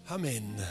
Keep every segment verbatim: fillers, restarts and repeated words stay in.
Amen.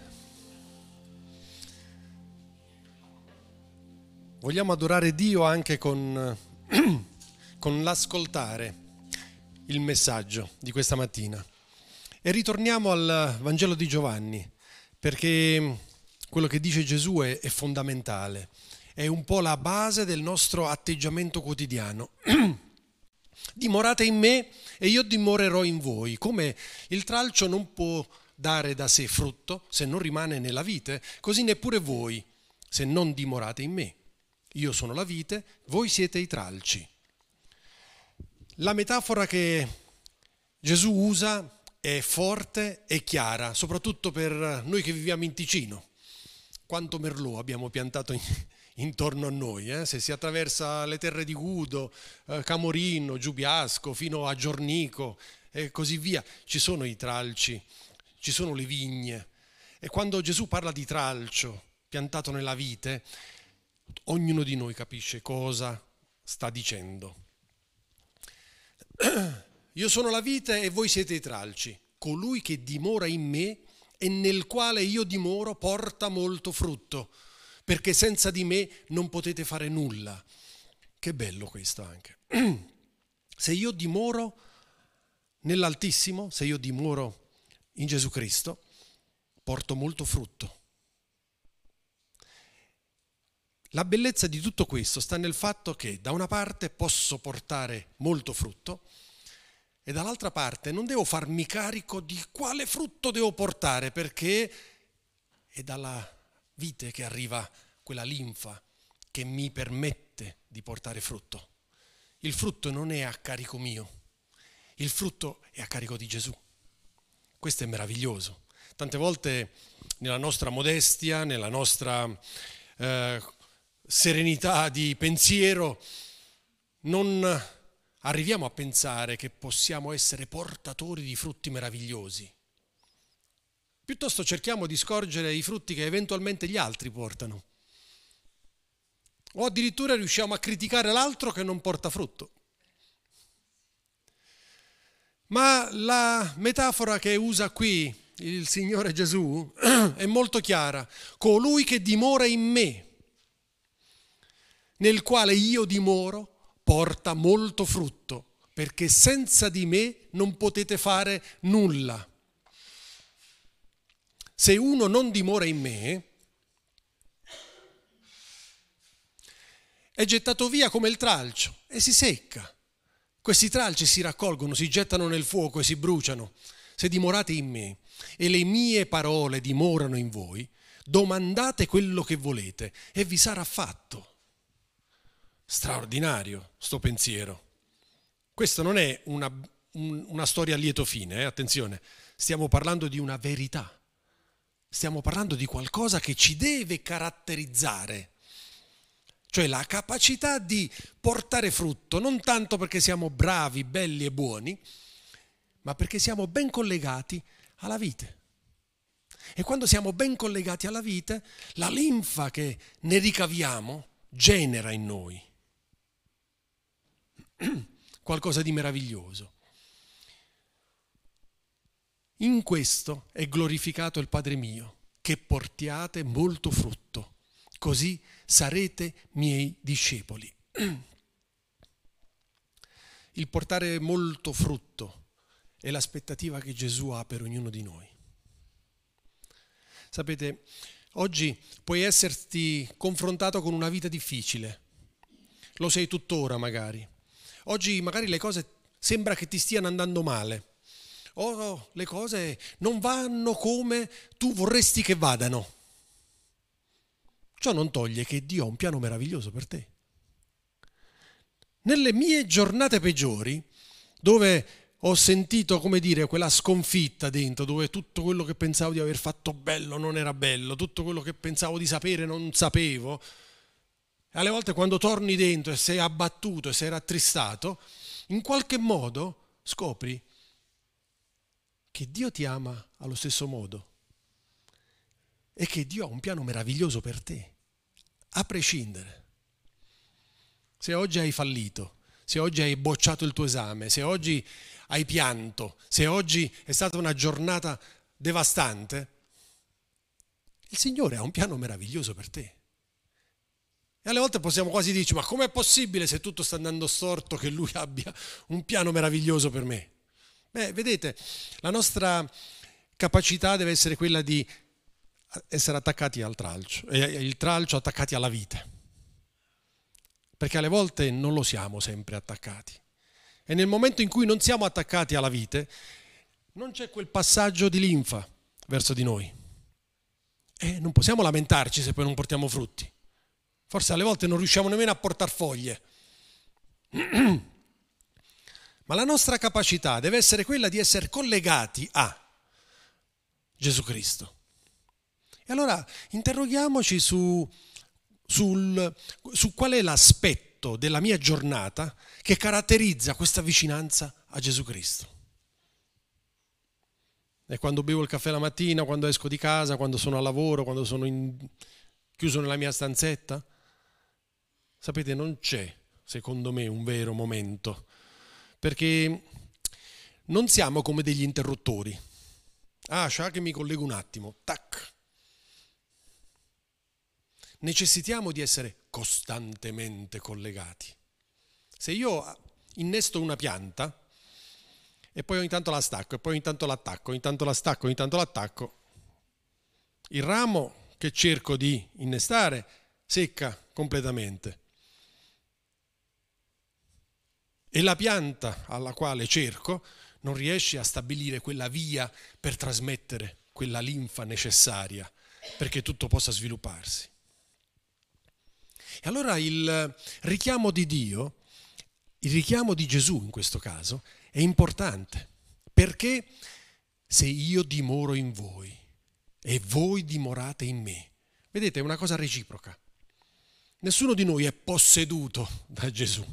Vogliamo adorare Dio anche con, con l'ascoltare il messaggio di questa mattina. E ritorniamo al Vangelo di Giovanni, perché quello che dice Gesù è, è fondamentale, è un po' la base del nostro atteggiamento quotidiano. Dimorate in me e io dimorerò in voi. Come il tralcio non può dare da sé frutto se non rimane nella vite, così neppure voi se non dimorate in me. Io sono la vite, voi siete i tralci. La metafora che Gesù usa è forte e chiara, soprattutto per noi che viviamo in Ticino. Quanto merlot abbiamo piantato in, intorno a noi, eh? Se si attraversa le terre di Gudo, eh, Camorino, Giubiasco, fino a Giornico e così via, ci sono i tralci, ci sono le vigne. E quando Gesù parla di tralcio piantato nella vite, ognuno di noi capisce cosa sta dicendo. Io sono la vite e voi siete i tralci. Colui che dimora in me e nel quale io dimoro porta molto frutto, perché senza di me non potete fare nulla. Che bello questo anche. Se io dimoro nell'Altissimo, se io dimoro in Gesù Cristo, porto molto frutto. La bellezza di tutto questo sta nel fatto che da una parte posso portare molto frutto e dall'altra parte non devo farmi carico di quale frutto devo portare, perché è dalla vite che arriva quella linfa che mi permette di portare frutto. Il frutto non è a carico mio, il frutto è a carico di Gesù. Questo è meraviglioso. Tante volte nella nostra modestia, nella nostra eh, serenità di pensiero, non arriviamo a pensare che possiamo essere portatori di frutti meravigliosi. Piuttosto cerchiamo di scorgere i frutti che eventualmente gli altri portano. O addirittura riusciamo a criticare l'altro che non porta frutto. Ma la metafora che usa qui il Signore Gesù è molto chiara. Colui che dimora in me, nel quale io dimoro, porta molto frutto, perché senza di me non potete fare nulla. Se uno non dimora in me, è gettato via come il tralcio e si secca. Questi tralci si raccolgono, si gettano nel fuoco e si bruciano. Se dimorate in me e le mie parole dimorano in voi, domandate quello che volete e vi sarà fatto. Straordinario sto pensiero. Questo non è una, un, una storia a lieto fine, eh? Attenzione, stiamo parlando di una verità. Stiamo parlando di qualcosa che ci deve caratterizzare. Cioè la capacità di portare frutto, non tanto perché siamo bravi, belli e buoni, ma perché siamo ben collegati alla vite. E quando siamo ben collegati alla vite, la linfa che ne ricaviamo genera in noi qualcosa di meraviglioso. In questo è glorificato il Padre mio, che portiate molto frutto, così sarete miei discepoli. Il portare molto frutto è l'aspettativa che Gesù ha per ognuno di noi. Sapete, oggi puoi esserti confrontato con una vita difficile, lo sei tuttora magari. Oggi magari le cose sembra che ti stiano andando male, o le cose non vanno come tu vorresti che vadano. Ciò non toglie che Dio ha un piano meraviglioso per te. Nelle mie giornate peggiori, dove ho sentito, come dire, quella sconfitta dentro, dove tutto quello che pensavo di aver fatto bello non era bello, tutto quello che pensavo di sapere non sapevo, e alle volte quando torni dentro e sei abbattuto e sei rattristato, in qualche modo scopri che Dio ti ama allo stesso modo e che Dio ha un piano meraviglioso per te, a prescindere. Se oggi hai fallito, se oggi hai bocciato il tuo esame, se oggi hai pianto, se oggi è stata una giornata devastante, il Signore ha un piano meraviglioso per te. E alle volte possiamo quasi dirci, ma com'è possibile se tutto sta andando storto che Lui abbia un piano meraviglioso per me? Beh, vedete, la nostra capacità deve essere quella di essere attaccati al tralcio, e il tralcio attaccati alla vite. Perché alle volte non lo siamo sempre attaccati. E nel momento in cui non siamo attaccati alla vite, non c'è quel passaggio di linfa verso di noi. E non possiamo lamentarci se poi non portiamo frutti. Forse alle volte non riusciamo nemmeno a portare foglie. Ma la nostra capacità deve essere quella di essere collegati a Gesù Cristo. E allora interroghiamoci su, sul, su qual è l'aspetto della mia giornata che caratterizza questa vicinanza a Gesù Cristo. E quando bevo il caffè la mattina, quando esco di casa, quando sono al lavoro, quando sono in, chiuso nella mia stanzetta, sapete, non c'è, secondo me, un vero momento, perché non siamo come degli interruttori. Ah, c'ha che mi collego un attimo, tac. Necessitiamo di essere costantemente collegati. Se io innesto una pianta e poi ogni tanto la stacco, e poi ogni tanto l'attacco, ogni tanto la stacco, ogni tanto l'attacco, il ramo che cerco di innestare secca completamente. E la pianta alla quale cerco non riesce a stabilire quella via per trasmettere quella linfa necessaria perché tutto possa svilupparsi. E allora il richiamo di Dio, il richiamo di Gesù in questo caso, è importante, perché se io dimoro in voi e voi dimorate in me, vedete, è una cosa reciproca. Nessuno di noi è posseduto da Gesù,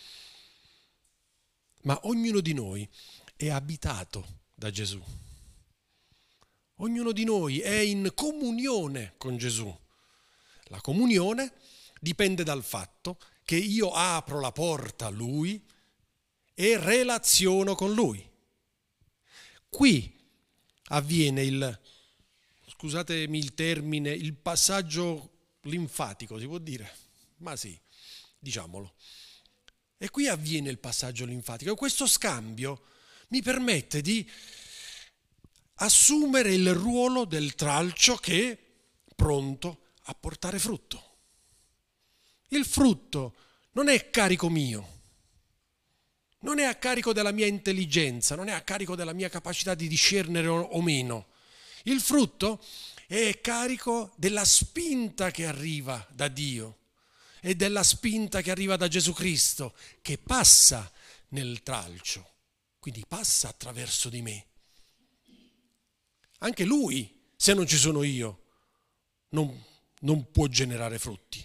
ma ognuno di noi è abitato da Gesù. Ognuno di noi è in comunione con Gesù. La comunione dipende dal fatto che io apro la porta a Lui e relaziono con Lui. Qui avviene il, scusatemi il termine, il passaggio linfatico, si può dire? Ma sì, diciamolo. E qui avviene il passaggio linfatico. E questo scambio mi permette di assumere il ruolo del tralcio che è pronto a portare frutto. Il frutto non è carico mio, non è a carico della mia intelligenza, non è a carico della mia capacità di discernere o meno. Il frutto è carico della spinta che arriva da Dio e della spinta che arriva da Gesù Cristo, che passa nel tralcio, quindi passa attraverso di me. Anche Lui, se non ci sono io, non, non può generare frutti.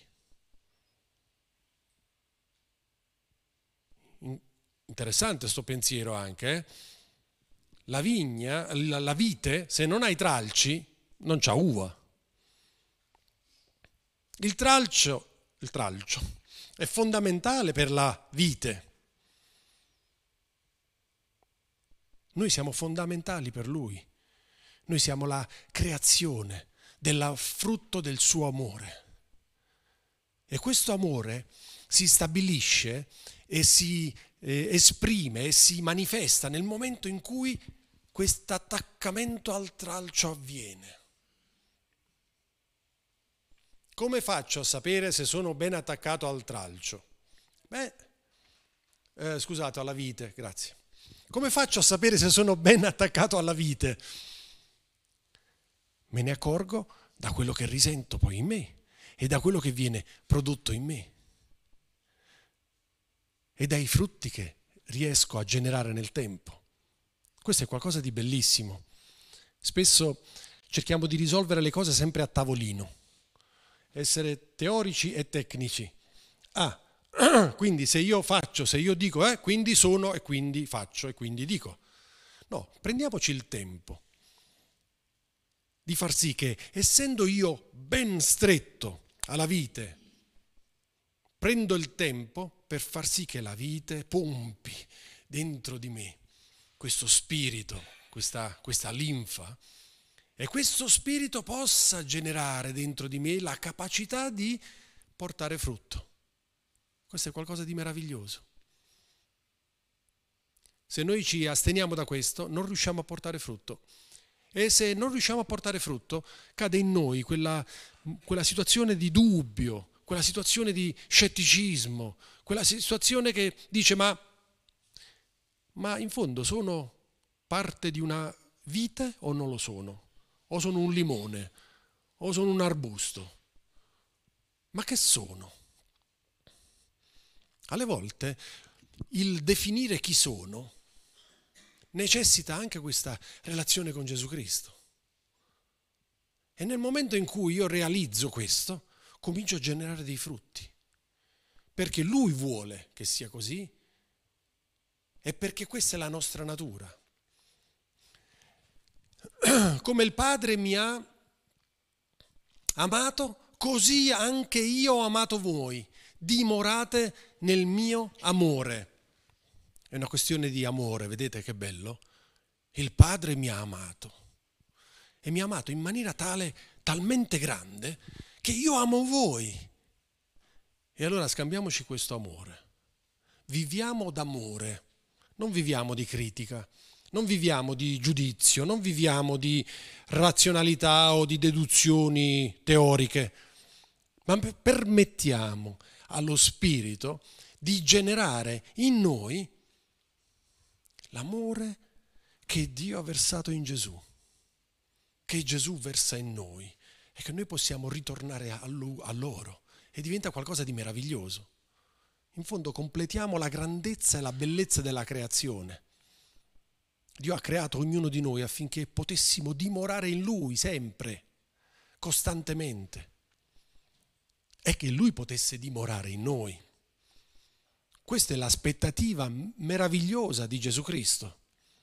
Interessante sto pensiero anche. Eh? La vigna, la, la vite, se non ha i tralci, non c'ha uva. Il tralcio, il tralcio è fondamentale per la vite. Noi siamo fondamentali per Lui. Noi siamo la creazione del frutto del suo amore. E questo amore si stabilisce e si eh, esprime e si manifesta nel momento in cui questo attaccamento al tralcio avviene. Come faccio a sapere se sono ben attaccato al tralcio? Beh, eh, scusate, alla vite, grazie. Come faccio a sapere se sono ben attaccato alla vite? Me ne accorgo da quello che risento poi in me e da quello che viene prodotto in me e dai frutti che riesco a generare nel tempo. Questo è qualcosa di bellissimo. Spesso cerchiamo di risolvere le cose sempre a tavolino, essere teorici e tecnici. Ah, quindi se io faccio, se io dico, eh, quindi sono e quindi faccio e quindi dico. No, prendiamoci il tempo di far sì che, essendo io ben stretto alla vite, prendo il tempo per far sì che la vite pompi dentro di me questo spirito, questa, questa linfa, e questo spirito possa generare dentro di me la capacità di portare frutto. Questo è qualcosa di meraviglioso. Se noi ci asteniamo da questo, non riusciamo a portare frutto. E se non riusciamo a portare frutto, cade in noi quella, quella situazione di dubbio, quella situazione di scetticismo, quella situazione che dice ma, ma in fondo sono parte di una vite o non lo sono? O sono un limone? O sono un arbusto? Ma che sono? Alle volte il definire chi sono necessita anche questa relazione con Gesù Cristo. E nel momento in cui io realizzo questo, comincio a generare dei frutti. Perché Lui vuole che sia così e perché questa è la nostra natura. Come il Padre mi ha amato, così anche io ho amato voi. Dimorate nel mio amore. È una questione di amore, vedete che bello? Il Padre mi ha amato e mi ha amato in maniera tale, talmente grande, che io amo voi. E allora scambiamoci questo amore. Viviamo d'amore, non viviamo di critica, non viviamo di giudizio, non viviamo di razionalità o di deduzioni teoriche, ma permettiamo allo Spirito di generare in noi l'amore che Dio ha versato in Gesù, che Gesù versa in noi e che noi possiamo ritornare a loro e diventa qualcosa di meraviglioso. In fondo completiamo la grandezza e la bellezza della creazione. Dio ha creato ognuno di noi affinché potessimo dimorare in Lui sempre, costantemente, e che Lui potesse dimorare in noi. Questa è l'aspettativa meravigliosa di Gesù Cristo.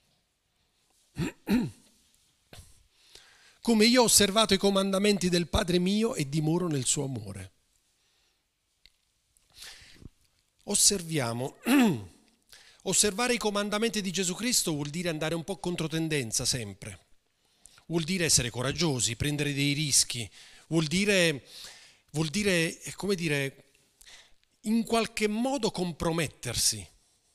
Come io ho osservato i comandamenti del Padre mio e dimoro nel suo amore. Osserviamo. Osservare i comandamenti di Gesù Cristo vuol dire andare un po' controtendenza sempre. Vuol dire essere coraggiosi, prendere dei rischi. Vuol dire, vuol dire, come dire, in qualche modo compromettersi,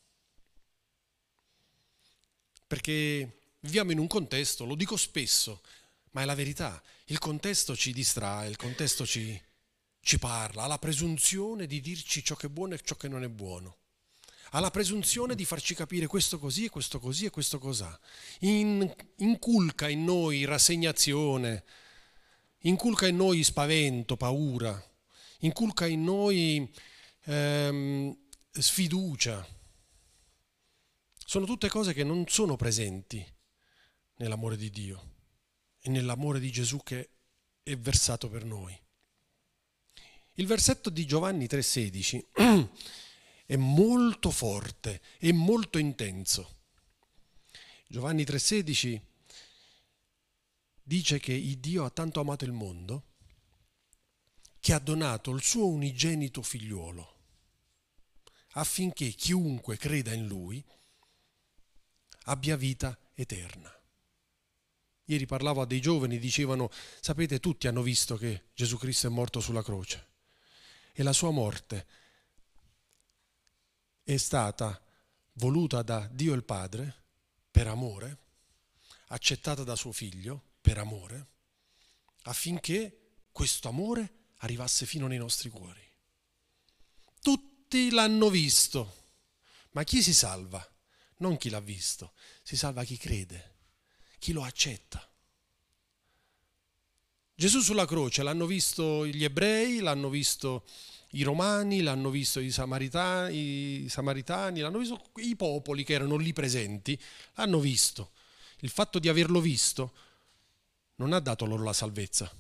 perché viviamo in un contesto, lo dico spesso, ma è la verità, il contesto ci distrae, il contesto ci, ci parla, ha la presunzione di dirci ciò che è buono e ciò che non è buono, ha la presunzione di farci capire questo così e questo così e questo cos'ha, in, inculca in noi rassegnazione, inculca in noi spavento, paura, inculca in noi Ehm, sfiducia. Sono tutte cose che non sono presenti nell'amore di Dio e nell'amore di Gesù che è versato per noi. Il versetto di Giovanni tre sedici è molto forte, è molto intenso. Giovanni tre sedici dice che il Dio ha tanto amato il mondo che ha donato il suo unigenito figliuolo affinché chiunque creda in Lui abbia vita eterna. Ieri parlavo a dei giovani, dicevano, sapete, tutti hanno visto che Gesù Cristo è morto sulla croce e la sua morte è stata voluta da Dio il Padre per amore, accettata da suo Figlio per amore, affinché questo amore arrivasse fino nei nostri cuori. Tutti l'hanno visto, ma chi si salva? Non chi l'ha visto, si salva chi crede, chi lo accetta. Gesù sulla croce l'hanno visto gli ebrei, l'hanno visto i romani, l'hanno visto i samaritani, i samaritani, l'hanno visto i popoli che erano lì presenti, l'hanno visto. Il fatto di averlo visto non ha dato loro la salvezza.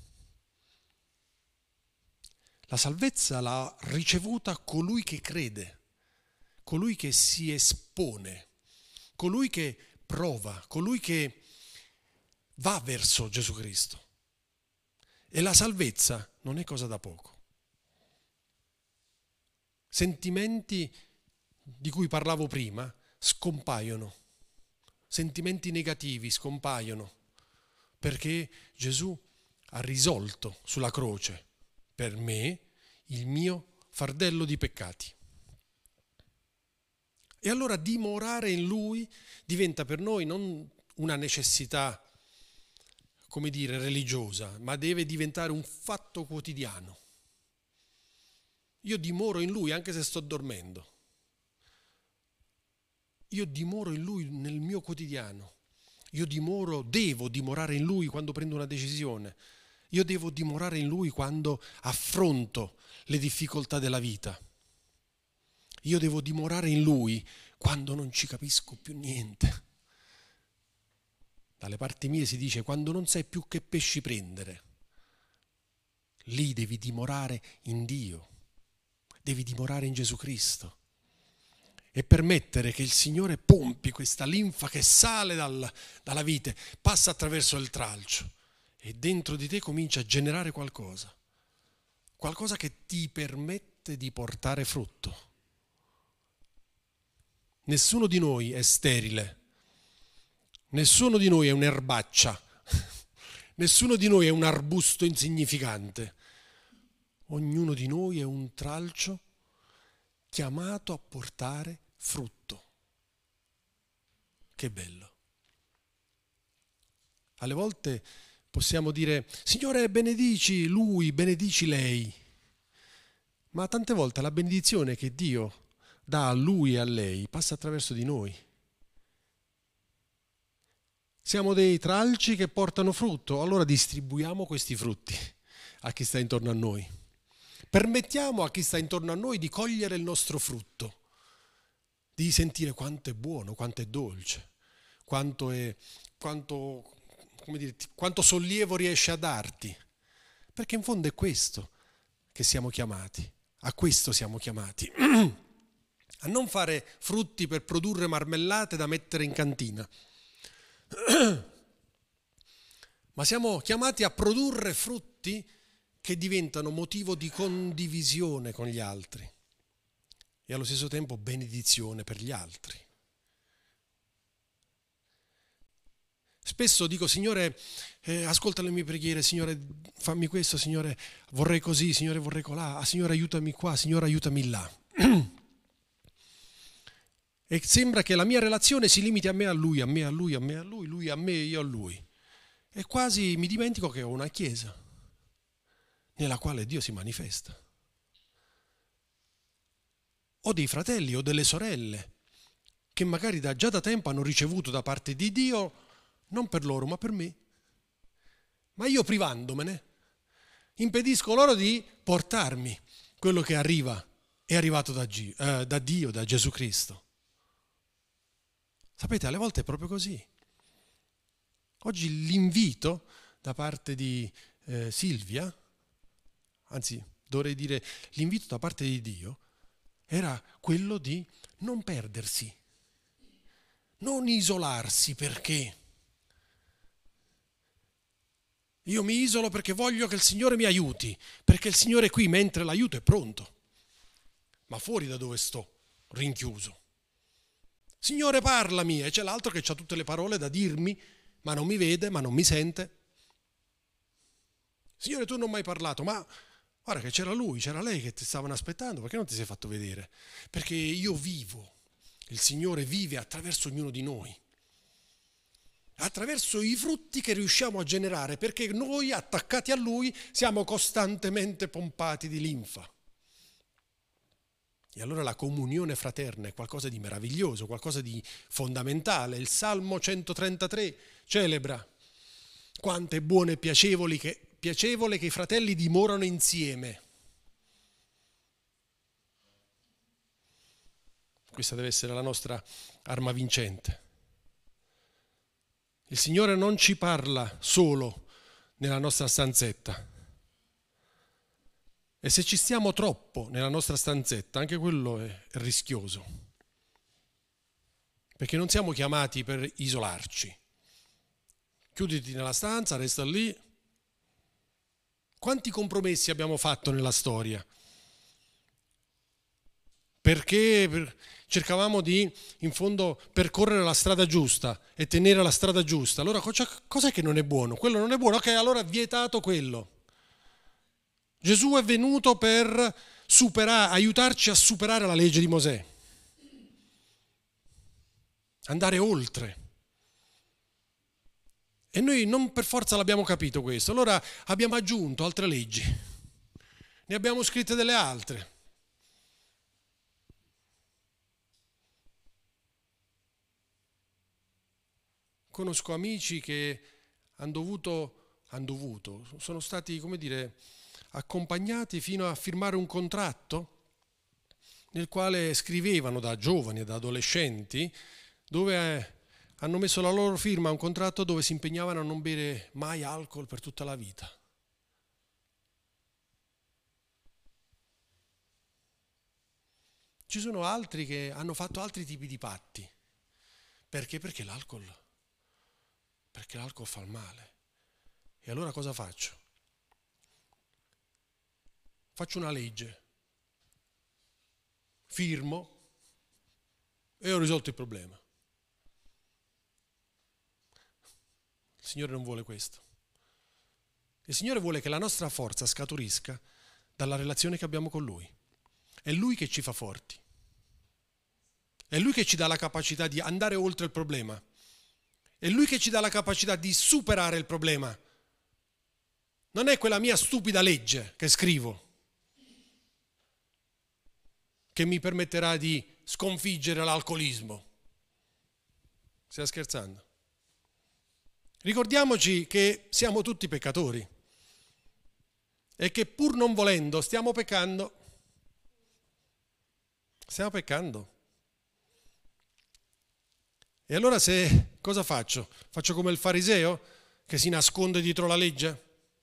La salvezza l'ha ricevuta colui che crede, colui che si espone, colui che prova, colui che va verso Gesù Cristo. E la salvezza non è cosa da poco. Sentimenti di cui parlavo prima scompaiono, sentimenti negativi scompaiono, perché Gesù ha risolto sulla croce per me il mio fardello di peccati. E allora dimorare in Lui diventa per noi non una necessità, come dire, religiosa, ma deve diventare un fatto quotidiano. Io dimoro in Lui anche se sto dormendo. Io dimoro in Lui nel mio quotidiano. Io dimoro, devo dimorare in Lui quando prendo una decisione. Io devo dimorare in Lui quando affronto le difficoltà della vita. Io devo dimorare in Lui quando non ci capisco più niente. Dalle parti mie si dice quando non sai più che pesci prendere. Lì devi dimorare in Dio, devi dimorare in Gesù Cristo e permettere che il Signore pompi questa linfa che sale dal, dalla vite, passa attraverso il tralcio e dentro di te comincia a generare qualcosa, qualcosa che ti permette di portare frutto. Nessuno di noi è sterile, nessuno di noi è un'erbaccia, nessuno di noi è un arbusto insignificante. Ognuno di noi è un tralcio chiamato a portare frutto. Che bello. Alle volte possiamo dire, Signore, benedici lui, benedici lei. Ma tante volte la benedizione che Dio dà a lui e a lei passa attraverso di noi. Siamo dei tralci che portano frutto, allora distribuiamo questi frutti a chi sta intorno a noi. Permettiamo a chi sta intorno a noi di cogliere il nostro frutto, di sentire quanto è buono, quanto è dolce, quanto è, quanto, come dire, quanto sollievo riesce a darti. Perché in fondo è questo che siamo chiamati, a questo siamo chiamati. A non fare frutti per produrre marmellate da mettere in cantina, ma siamo chiamati a produrre frutti che diventano motivo di condivisione con gli altri e allo stesso tempo benedizione per gli altri. Spesso dico, Signore, eh, ascolta le mie preghiere, Signore, fammi questo, Signore, vorrei così, Signore, vorrei colà, ah, Signore, aiutami qua, Signore, aiutami là. E sembra che la mia relazione si limiti a me, a lui, a me, a lui, a me, a lui, lui a me, io a lui. E quasi mi dimentico che ho una chiesa nella quale Dio si manifesta. Ho dei fratelli o delle sorelle che magari da, già da tempo hanno ricevuto da parte di Dio, non per loro ma per me. Ma io privandomene, impedisco loro di portarmi quello che arriva, è arrivato da, G, eh, da Dio, da Gesù Cristo. Sapete, alle volte è proprio così. Oggi l'invito da parte di eh, Silvia, anzi dovrei dire l'invito da parte di Dio, era quello di non perdersi, non isolarsi perché io mi isolo perché voglio che il Signore mi aiuti, perché il Signore è qui mentre l'aiuto è pronto, ma fuori da dove sto, rinchiuso. Signore, parlami, e c'è l'altro che ha tutte le parole da dirmi, ma non mi vede, ma non mi sente. Signore, tu non mi hai parlato, ma guarda che c'era lui, c'era lei che ti stavano aspettando, perché non ti sei fatto vedere? Perché io vivo, il Signore vive attraverso ognuno di noi, attraverso i frutti che riusciamo a generare, perché noi attaccati a Lui siamo costantemente pompati di linfa. E allora la comunione fraterna è qualcosa di meraviglioso, qualcosa di fondamentale. Il Salmo centotrentatré celebra quanto è buono e piacevole che, piacevole che i fratelli dimorano insieme. Questa deve essere la nostra arma vincente. Il Signore non ci parla solo nella nostra stanzetta. E se ci stiamo troppo nella nostra stanzetta, anche quello è rischioso. Perché non siamo chiamati per isolarci. Chiuditi nella stanza, resta lì. Quanti compromessi abbiamo fatto nella storia perché per, cercavamo di, in fondo, percorrere la strada giusta e tenere la strada giusta. Allora cos'è che non è buono? Quello non è buono, ok, allora è vietato quello. Gesù è venuto per superare, aiutarci a superare la legge di Mosè, andare oltre. E noi non per forza l'abbiamo capito questo, allora abbiamo aggiunto altre leggi, ne abbiamo scritte delle altre. Conosco amici che hanno dovuto, hanno dovuto, sono stati, come dire, accompagnati fino a firmare un contratto nel quale scrivevano da giovani e da adolescenti, dove hanno messo la loro firma a un contratto dove si impegnavano a non bere mai alcol per tutta la vita. Ci sono altri che hanno fatto altri tipi di patti. Perché? Perché l'alcol, perché l'alcol fa il male. E allora cosa faccio? Faccio una legge, firmo e ho risolto il problema. Il Signore non vuole questo. Il Signore vuole che la nostra forza scaturisca dalla relazione che abbiamo con Lui. È Lui che ci fa forti. È Lui che ci dà la capacità di andare oltre il problema. È Lui che ci dà la capacità di superare il problema. Non è quella mia stupida legge che scrivo che mi permetterà di sconfiggere l'alcolismo. Stai scherzando? Ricordiamoci che siamo tutti peccatori e che pur non volendo stiamo peccando. Stiamo peccando. E allora se cosa faccio? Faccio come il fariseo che si nasconde dietro la legge?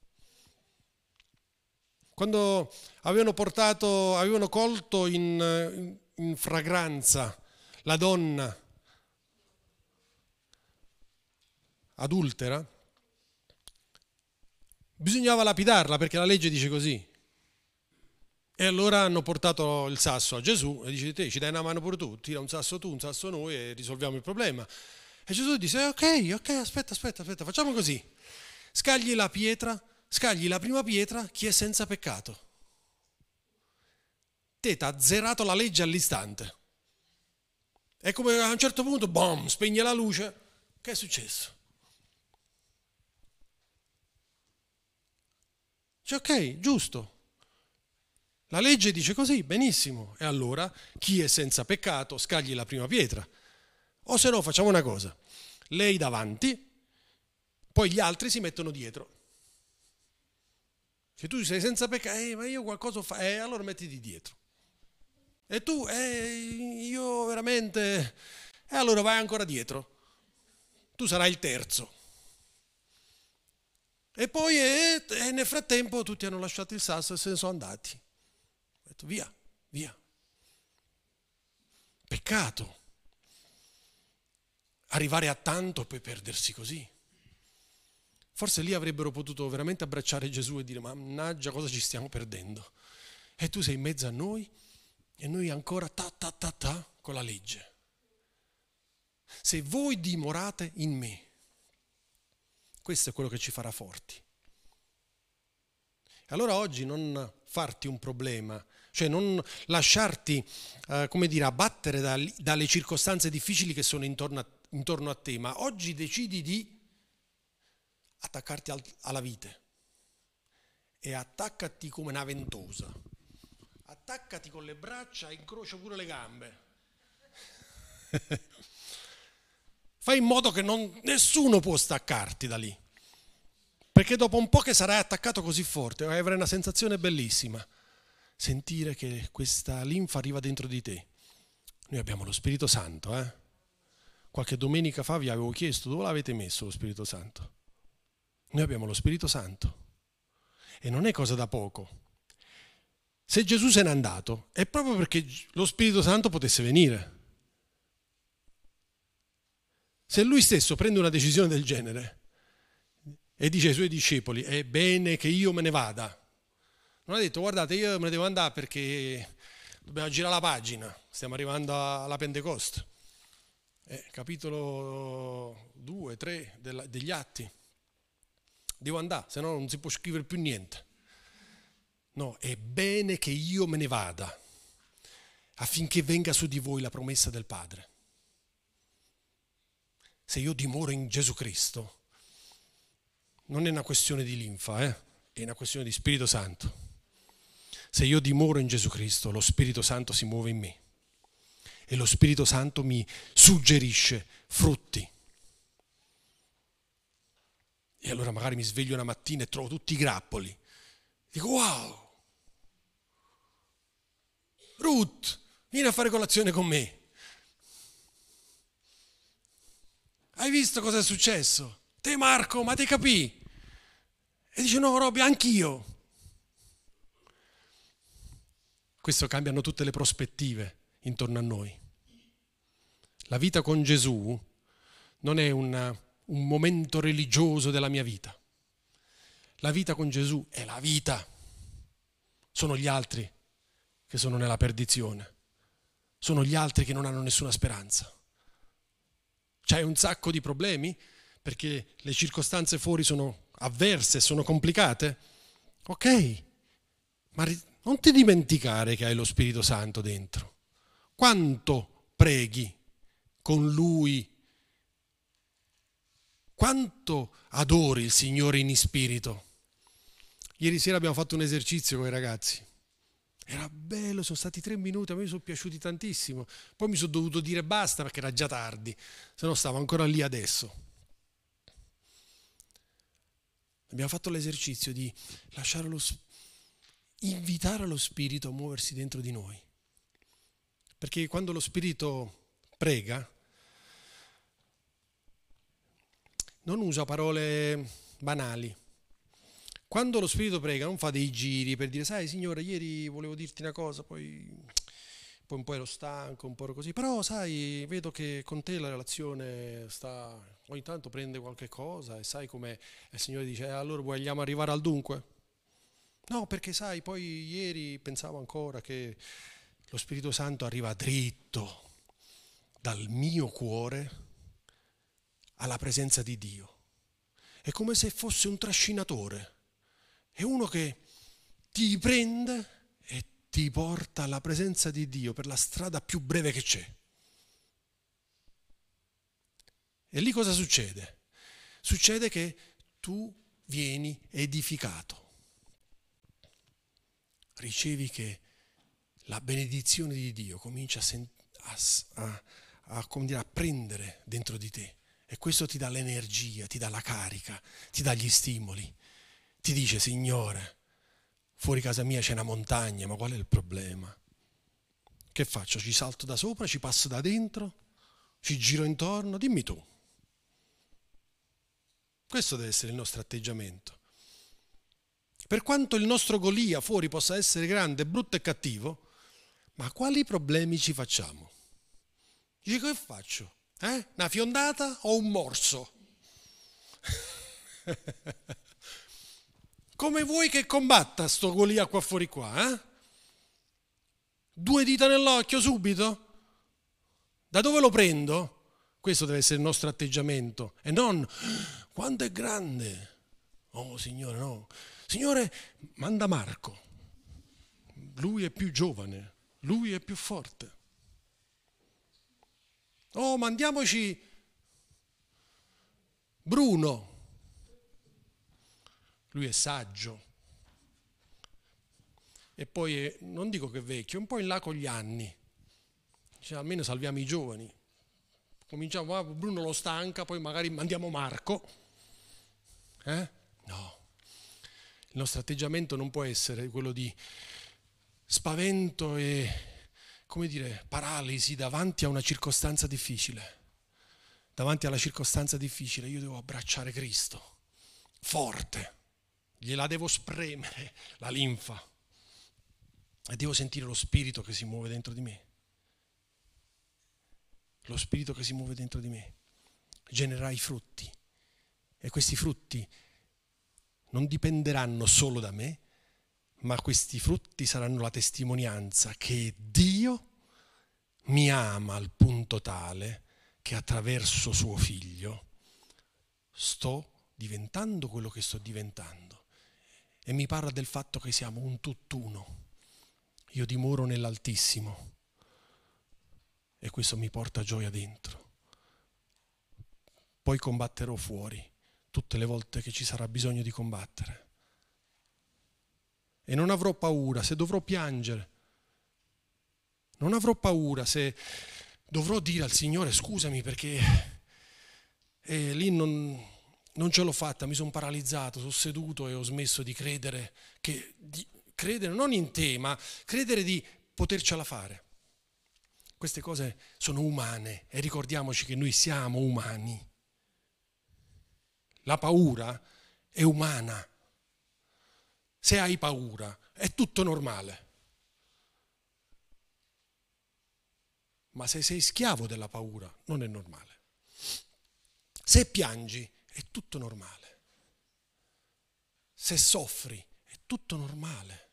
Quando avevano portato, avevano colto in, in fragranza la donna adultera, bisognava lapidarla perché la legge dice così. E allora hanno portato il sasso a Gesù e dice: te ci dai una mano pure tu, tira un sasso tu, un sasso noi e risolviamo il problema. E Gesù dice: ok, ok, aspetta, aspetta, aspetta, facciamo così. Scagli la pietra, scagli la prima pietra chi è senza peccato. Te t'ha azzerato la legge all'istante. È come a un certo punto, boom, spegne la luce. Che è successo? Cioè, ok, giusto. La legge dice così, benissimo. E allora chi è senza peccato scagli la prima pietra. O se no facciamo una cosa. Lei davanti, poi gli altri si mettono dietro. Se tu sei senza peccato, eh, ma io qualcosa fa, eh, allora mettiti dietro. E tu, eh, io veramente, e eh, allora vai ancora dietro. Tu sarai il terzo. E poi, eh, e nel frattempo, tutti hanno lasciato il sasso e se ne sono andati. Ho detto, via, via. Peccato. Arrivare a tanto per perdersi così. Forse lì avrebbero potuto veramente abbracciare Gesù e dire: mannaggia, cosa ci stiamo perdendo? E tu sei in mezzo a noi e noi ancora ta ta ta ta con la legge. Se voi dimorate in me, questo è quello che ci farà forti. Allora oggi non farti un problema, cioè non lasciarti, eh, come dire, abbattere da, dalle circostanze difficili che sono intorno a, intorno a te, ma oggi decidi di attaccarti al, alla vite e attaccati come una ventosa, attaccati con le braccia e incrocia pure le gambe. Fai in modo che non, nessuno può staccarti da lì, perché dopo un po' che sarai attaccato così forte avrai una sensazione bellissima, sentire che questa linfa arriva dentro di te. Noi abbiamo lo Spirito Santo, eh? Qualche domenica fa vi avevo chiesto dove l'avete messo lo Spirito Santo. Noi abbiamo lo Spirito Santo e non è cosa da poco. Se Gesù se n'è andato è proprio perché lo Spirito Santo potesse venire. Se lui stesso prende una decisione del genere e dice ai suoi discepoli: è bene che io me ne vada, non ha detto: guardate, io me ne devo andare perché dobbiamo girare la pagina, stiamo arrivando alla Pentecoste. Eh, capitolo due, tre degli Atti. Devo andare, se no non si può scrivere più niente. No, è bene che io me ne vada, affinché venga su di voi la promessa del Padre. Se io dimoro in Gesù Cristo, non è una questione di linfa, eh? È una questione di Spirito Santo. Se io dimoro in Gesù Cristo, lo Spirito Santo si muove in me e lo Spirito Santo mi suggerisce frutti. E allora magari mi sveglio una mattina e trovo tutti i grappoli. Dico, wow, Ruth, vieni a fare colazione con me. Hai visto cosa è successo? Te Marco, ma te capì? E dice, no Robby, anch'io. Questo cambiano tutte le prospettive intorno a noi. La vita con Gesù non è una, un momento religioso della mia vita. La vita con Gesù è la vita. Sono gli altri che sono nella perdizione. Sono gli altri che non hanno nessuna speranza. C'hai un sacco di problemi perché le circostanze fuori sono avverse, sono complicate? Ok, ma non ti dimenticare che hai lo Spirito Santo dentro. Quanto preghi con Lui? Quanto adori il Signore in spirito? Ieri sera abbiamo fatto un esercizio con i ragazzi. Era bello, sono stati tre minuti, a me sono piaciuti tantissimo. Poi mi sono dovuto dire basta perché era già tardi, se no stavo ancora lì adesso. Abbiamo fatto l'esercizio di lasciare lo spirito, invitare lo Spirito a muoversi dentro di noi. Perché quando lo Spirito prega, non usa parole banali. Quando lo Spirito prega non fa dei giri per dire, sai Signore, ieri volevo dirti una cosa, poi, poi un po' ero stanco, un po' ero così, però sai, vedo che con te la relazione sta, ogni tanto prende qualche cosa e sai come il Signore dice, eh, allora vogliamo arrivare al dunque? No, perché sai, poi ieri pensavo ancora che lo Spirito Santo arriva dritto dal mio cuore alla presenza di Dio. È come se fosse un trascinatore. È uno che ti prende e ti porta alla presenza di Dio per la strada più breve che c'è. E lì cosa succede? Succede che tu vieni edificato. Ricevi che la benedizione di Dio comincia a, sent- a, a, a, come dire, a prendere dentro di te e questo ti dà l'energia, ti dà la carica, ti dà gli stimoli, ti dice Signore, fuori casa mia c'è una montagna, ma qual è il problema? Che faccio? Ci salto da sopra, ci passo da dentro, ci giro intorno, dimmi tu. Questo deve essere il nostro atteggiamento. Per quanto il nostro Golia fuori possa essere grande, brutto e cattivo, ma quali problemi ci facciamo? Dici, che faccio? Eh? Una fiondata o un morso? Come vuoi che combatta sto Golia qua fuori qua? Eh? Due dita nell'occhio subito? Da dove lo prendo? Questo deve essere il nostro atteggiamento e non quanto è grande. Oh Signore, no. Signore, manda Marco, lui è più giovane, lui è più forte. Oh, mandiamoci Bruno, lui è saggio. E poi, è, non dico che è vecchio, è un po' in là con gli anni. Cioè, almeno salviamo i giovani. Cominciamo, ah, Bruno lo stanca, poi magari mandiamo Marco. Eh? No. Il nostro atteggiamento non può essere quello di spavento e, come dire, paralisi davanti a una circostanza difficile. Davanti alla circostanza difficile io devo abbracciare Cristo, forte, gliela devo spremere, la linfa, e devo sentire lo Spirito che si muove dentro di me. Lo Spirito che si muove dentro di me genererà i frutti, e questi frutti non dipenderanno solo da me, ma questi frutti saranno la testimonianza che Dio mi ama al punto tale che attraverso suo figlio sto diventando quello che sto diventando. E mi parla del fatto che siamo un tutt'uno. Io dimoro nell'Altissimo e questo mi porta gioia dentro. Poi combatterò fuori tutte le volte che ci sarà bisogno di combattere. E non avrò paura se dovrò piangere. Non avrò paura se dovrò dire al Signore scusami perché eh, lì non, non ce l'ho fatta, mi sono paralizzato, sono seduto e ho smesso di credere, che, di credere non in te, ma credere di potercela fare. Queste cose sono umane e ricordiamoci che noi siamo umani. La paura è umana. Se hai paura è tutto normale. Ma se sei schiavo della paura non è normale. Se piangi è tutto normale. Se soffri è tutto normale.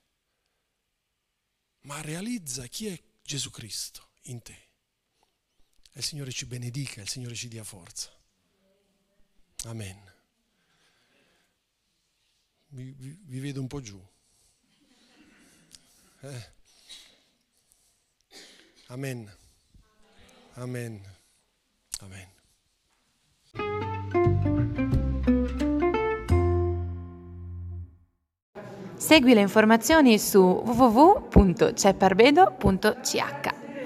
Ma realizza chi è Gesù Cristo in te. E il Signore ci benedica, il Signore ci dia forza. Amen. Vi, vi, vi vedo un po' giù. Eh. Amen. Amen. Amen. Segui le informazioni su w w w punto cepparbedo punto c h.